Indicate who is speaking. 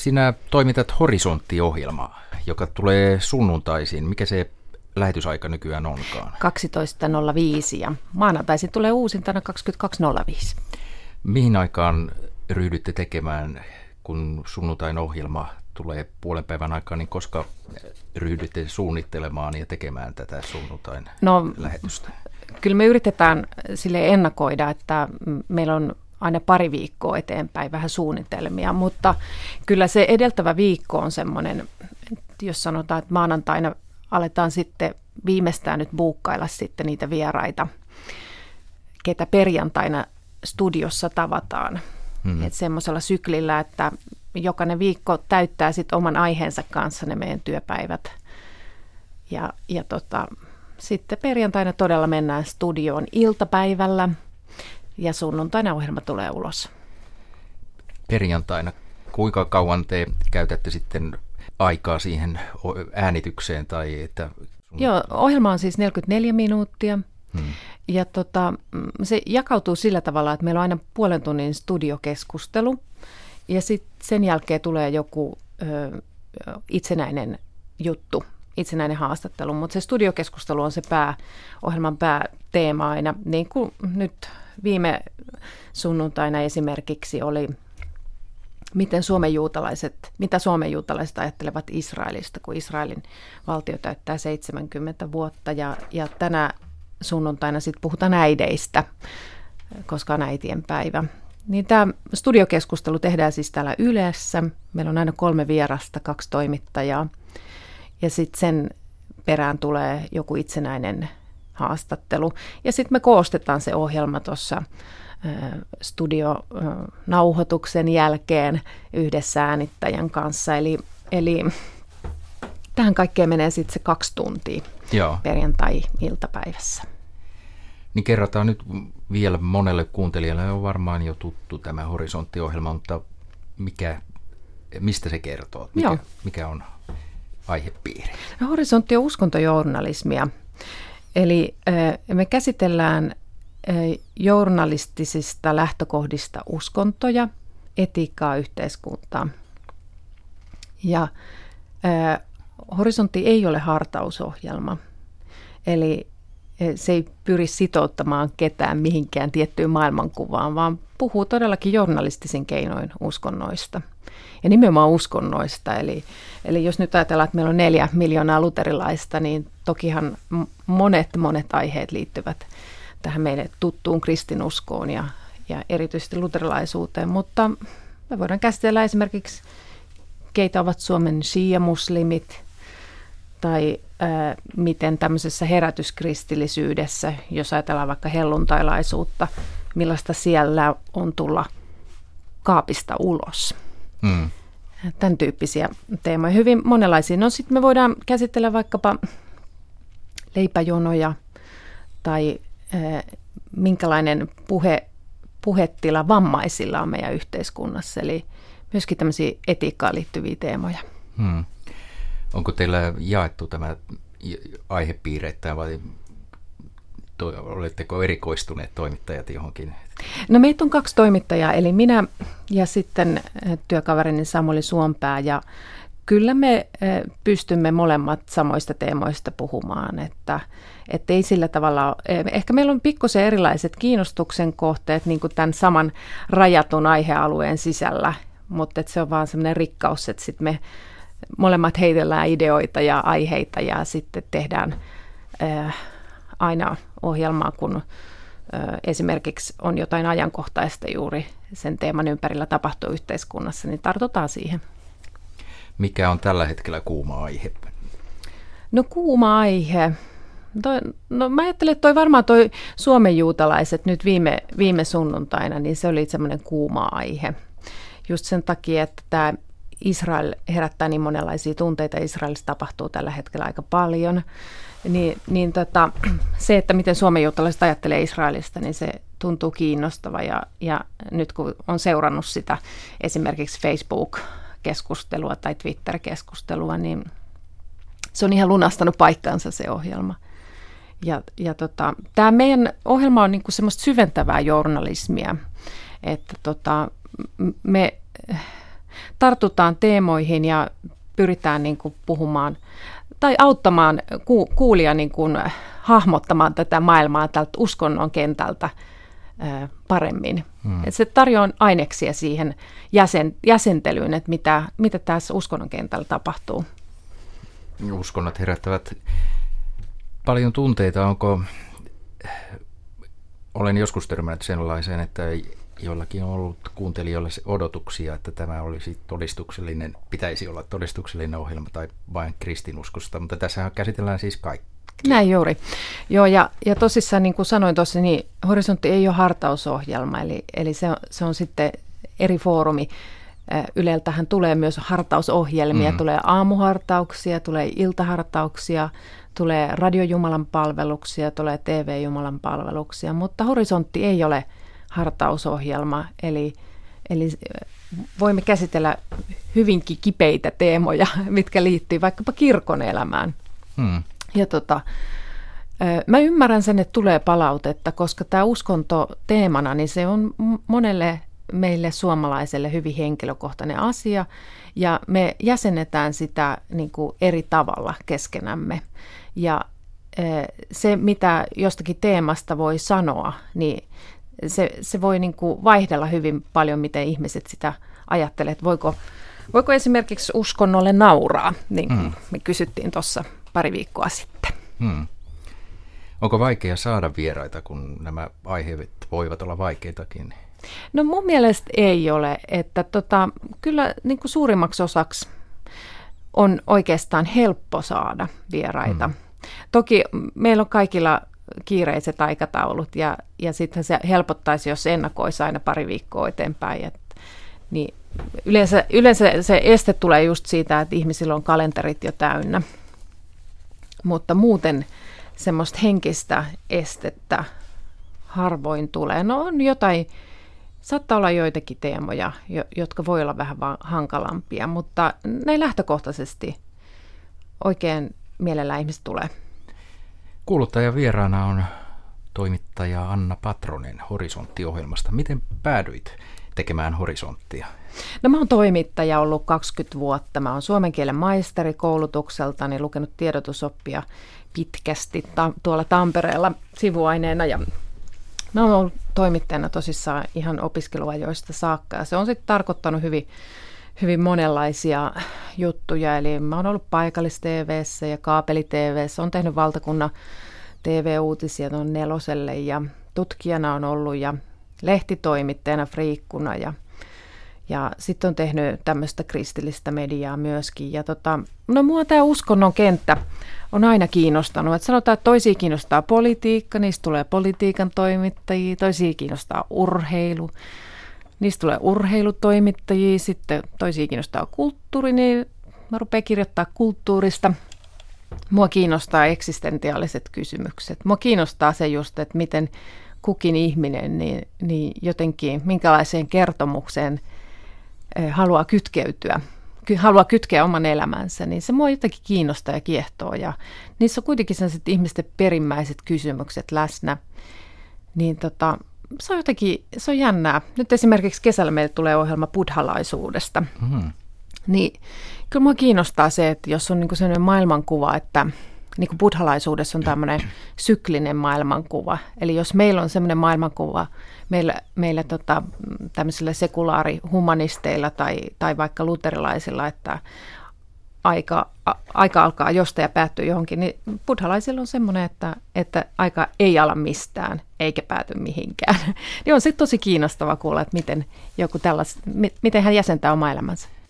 Speaker 1: Sinä toimitat Horisontti-ohjelmaa, joka tulee sunnuntaisin. Mikä se lähetysaika nykyään onkaan?
Speaker 2: 12.05 ja maanantaisin tulee uusintana 22.05.
Speaker 1: Mihin aikaan ryhdytte tekemään, kun sunnuntain ohjelma tulee puolen päivän aikaan, niin koska ryhdytte suunnittelemaan ja tekemään tätä sunnuntain lähetystä?
Speaker 2: Kyllä me yritetään sille ennakoida, että meillä on aina pari viikkoa eteenpäin vähän suunnitelmia, mutta kyllä se edeltävä viikko on semmoinen, jos sanotaan, että maanantaina aletaan sitten viimeistään nyt buukkailla sitten niitä vieraita, ketä perjantaina studiossa tavataan. Että semmoisella syklillä, että jokainen viikko täyttää sitten oman aiheensa kanssa ne meidän työpäivät. Ja sitten perjantaina todella mennään studioon iltapäivällä ja sunnuntaina ohjelma tulee ulos.
Speaker 1: Perjantaina, kuinka kauan te käytätte sitten aikaa siihen äänitykseen?
Speaker 2: Joo, ohjelma on siis 44 minuuttia. Ja se jakautuu sillä tavalla, että meillä on aina puolen tunnin studiokeskustelu ja sitten sen jälkeen tulee joku itsenäinen juttu, itsenäinen haastattelu, mutta se studiokeskustelu on se ohjelman pääteema aina, niin kuin nyt viime sunnuntaina esimerkiksi oli, mitä Suomen juutalaiset ajattelevat Israelista, kun Israelin valtio täyttää 70 vuotta ja tänä sunnuntaina sitten puhutaan äideistä, koska on äitien päivä. Niin tämä studiokeskustelu tehdään siis täällä Ylessä. Meillä on aina 3 vierasta, 2 toimittajaa. Ja sitten sen perään tulee joku itsenäinen haastattelu. Ja sitten me koostetaan se ohjelma tuossa studionauhoituksen jälkeen yhdessä äänittäjän kanssa. Eli tähän kaikkeen menee sitten se 2 tuntia.
Speaker 1: Joo.
Speaker 2: Perjantai-iltapäivässä.
Speaker 1: Niin kerrotaan nyt vielä monelle kuuntelijalle, on varmaan jo tuttu tämä Horisontti-ohjelma, mutta mistä se kertoo? Mikä on aihepiiri?
Speaker 2: No, Horisontti on uskontojournalismia. Eli me käsitellään journalistisista lähtökohdista uskontoja, etiikkaa, yhteiskuntaa. Ja Horisontti ei ole hartausohjelma, eli se ei pyri sitouttamaan ketään mihinkään tiettyyn maailmankuvaan, vaan puhuu todellakin journalistisin keinoin uskonnoista. Ja nimenomaan uskonnoista, eli jos nyt ajatellaan, että meillä on 4 miljoonaa luterilaista, niin tokihan monet aiheet liittyvät tähän meille tuttuun kristinuskoon ja erityisesti luterilaisuuteen, mutta me voidaan käsitellä esimerkiksi, keitä ovat Suomen shia-muslimit, tai miten tämmöisessä herätyskristillisyydessä, jos ajatellaan vaikka helluntailaisuutta, millaista siellä on tulla kaapista ulos. Tämän tyyppisiä teemoja, hyvin monenlaisia. No sitten me voidaan käsitellä vaikkapa leipäjonoja tai minkälainen puhetila vammaisilla on meidän yhteiskunnassa, eli myöskin tämmöisiä etiikkaan liittyviä teemoja.
Speaker 1: Onko teillä jaettu tämä aihepiireittäin vai oletteko erikoistuneet toimittajat johonkin?
Speaker 2: No meitä on 2 toimittajaa, eli minä ja sitten työkaverini Samuli Suompää, ja kyllä me pystymme molemmat samoista teemoista puhumaan, että ei sillä tavalla, ehkä meillä on pikkusen erilaiset kiinnostuksen kohteet niin kuin tämän saman rajatun aihealueen sisällä, mutta se on vaan semmoinen rikkaus, että sitten me molemmat heitellään ideoita ja aiheita ja sitten tehdään aina ohjelmaa, kun esimerkiksi on jotain ajankohtaista juuri sen teeman ympärillä tapahtuu yhteiskunnassa, niin tartutaan siihen.
Speaker 1: Mikä on tällä hetkellä kuuma aihe?
Speaker 2: No kuuma aihe. Mä ajattelen, että varmaan toi Suomen juutalaiset nyt viime sunnuntaina, niin se oli semmoinen kuuma aihe. Just sen takia, että tämä Israel herättää niin monenlaisia tunteita. Israelissa tapahtuu tällä hetkellä aika paljon. Se, että miten Suomen juutalaiset ajattelee Israelista, niin se tuntuu kiinnostava. Ja nyt kun on seurannut sitä esimerkiksi Facebook-keskustelua tai Twitter-keskustelua, niin se on ihan lunastanut paikkansa se ohjelma. Tämä meidän ohjelma on niinku semmoista syventävää journalismia, että me tartutaan teemoihin ja pyritään niin kuin puhumaan tai auttamaan kuulija niin kuin hahmottamaan tätä maailmaa tältä uskonnon kentältä paremmin. Et se tarjoaa aineksia siihen jäsentelyyn, että mitä tässä uskonnon kentällä tapahtuu.
Speaker 1: Uskonnot herättävät paljon tunteita. Olen joskus törmännyt sellaiseen, että joillakin on ollut kuuntelijoille odotuksia, että tämä olisi pitäisi olla todistuksellinen ohjelma tai vain kristinuskosta, mutta tässä käsitellään siis kaikki.
Speaker 2: Näin juuri. Joo, ja tosissaan niin kuin sanoin tuossa, niin Horisontti ei ole hartausohjelma, eli se on sitten eri foorumi. Yleltähän tulee myös hartausohjelmia, tulee aamuhartauksia, tulee iltahartauksia, tulee radiojumalan palveluksia, tulee TV-jumalan palveluksia, mutta Horisontti ei ole hartausohjelma, eli voimme käsitellä hyvinkin kipeitä teemoja, mitkä liittyy vaikkapa kirkon elämään. Ja mä ymmärrän sen, että tulee palautetta, koska tämä uskonto teemana, niin se on monelle meille suomalaiselle hyvin henkilökohtainen asia, ja me jäsennetään sitä niin kuin eri tavalla keskenämme. Ja se, mitä jostakin teemasta voi sanoa, niin se voi niin kuin vaihdella hyvin paljon, miten ihmiset sitä ajattelee. Voiko esimerkiksi uskonnolle nauraa, niin kuin me kysyttiin tuossa pari viikkoa sitten.
Speaker 1: Onko vaikea saada vieraita, kun nämä aiheet voivat olla vaikeitakin?
Speaker 2: No mun mielestä ei ole, että kyllä niin kuin suurimmaksi osaksi on oikeastaan helppo saada vieraita. Toki meillä on kaikilla kiireiset aikataulut ja sitten se helpottaisi, jos ennakoisi aina pari viikkoa eteenpäin. Niin yleensä se este tulee just siitä, että ihmisillä on kalenterit jo täynnä. Mutta muuten semmoista henkistä estettä harvoin tulee. No on jotain, saattaa olla joitakin teemoja, jotka voi olla vähän hankalampia, mutta näin lähtökohtaisesti oikein mielellään ihmiset tulee.
Speaker 1: Kuuluttajan vieraana on toimittaja Anna Patronen Horisontti-ohjelmasta. Miten päädyit tekemään Horisonttia?
Speaker 2: No mä oon toimittaja ollut 20 vuotta. Mä oon suomen kielen maisteri koulutukseltani, lukenut tiedotusoppia pitkästi tuolla Tampereella sivuaineena. Ja mä oon ollut toimittajana tosissaan ihan opiskeluajoista saakka. Ja se on sitten tarkoittanut hyvin monenlaisia juttuja. Eli mä oon ollut paikallis-TV:ssä ja kaapeli-TV:ssä. Oon tehnyt valtakunnan TV-uutisia tuon Neloselle ja tutkijana on ollut ja lehtitoimittajana Friikkuna ja sitten on tehnyt tämmöistä kristillistä mediaa myöskin. Ja no mua tämä uskonnon kenttä on aina kiinnostanut. Et sanotaan, että toisia kiinnostaa politiikka, niistä tulee politiikan toimittajia, toisia kiinnostaa urheilu, niistä tulee urheilutoimittajia, sitten toisia kiinnostaa kulttuuri, niin mä rupean kirjoittaa kulttuurista. Mua kiinnostaa eksistentiaaliset kysymykset. Mua kiinnostaa se just, että miten kukin ihminen niin jotenkin minkälaiseen kertomukseen haluaa kytkeytyä, haluaa kytkeä oman elämänsä, niin se mua jotenkin kiinnostaa ja kiehtoo. Ja niissä on kuitenkin sellaiset ihmisten perimmäiset kysymykset läsnä. Niin se on jännää. Nyt esimerkiksi kesällä meille tulee ohjelma buddhalaisuudesta. Niin kyllä mua kiinnostaa se, että jos on niinku sellainen maailmankuva, että niin kuin buddhalaisuudessa on tämmöinen syklinen maailmankuva. Eli jos meillä on semmoinen maailmankuva, meillä tämmöisillä sekulaarihumanisteilla tai vaikka luterilaisilla, että aika alkaa jostain ja päättyy johonkin, niin buddhalaisilla on semmoinen, että aika ei ala mistään eikä pääty mihinkään. Niin on sitten tosi kiinnostava kuulla, että miten hän jäsentää oma elämänsä.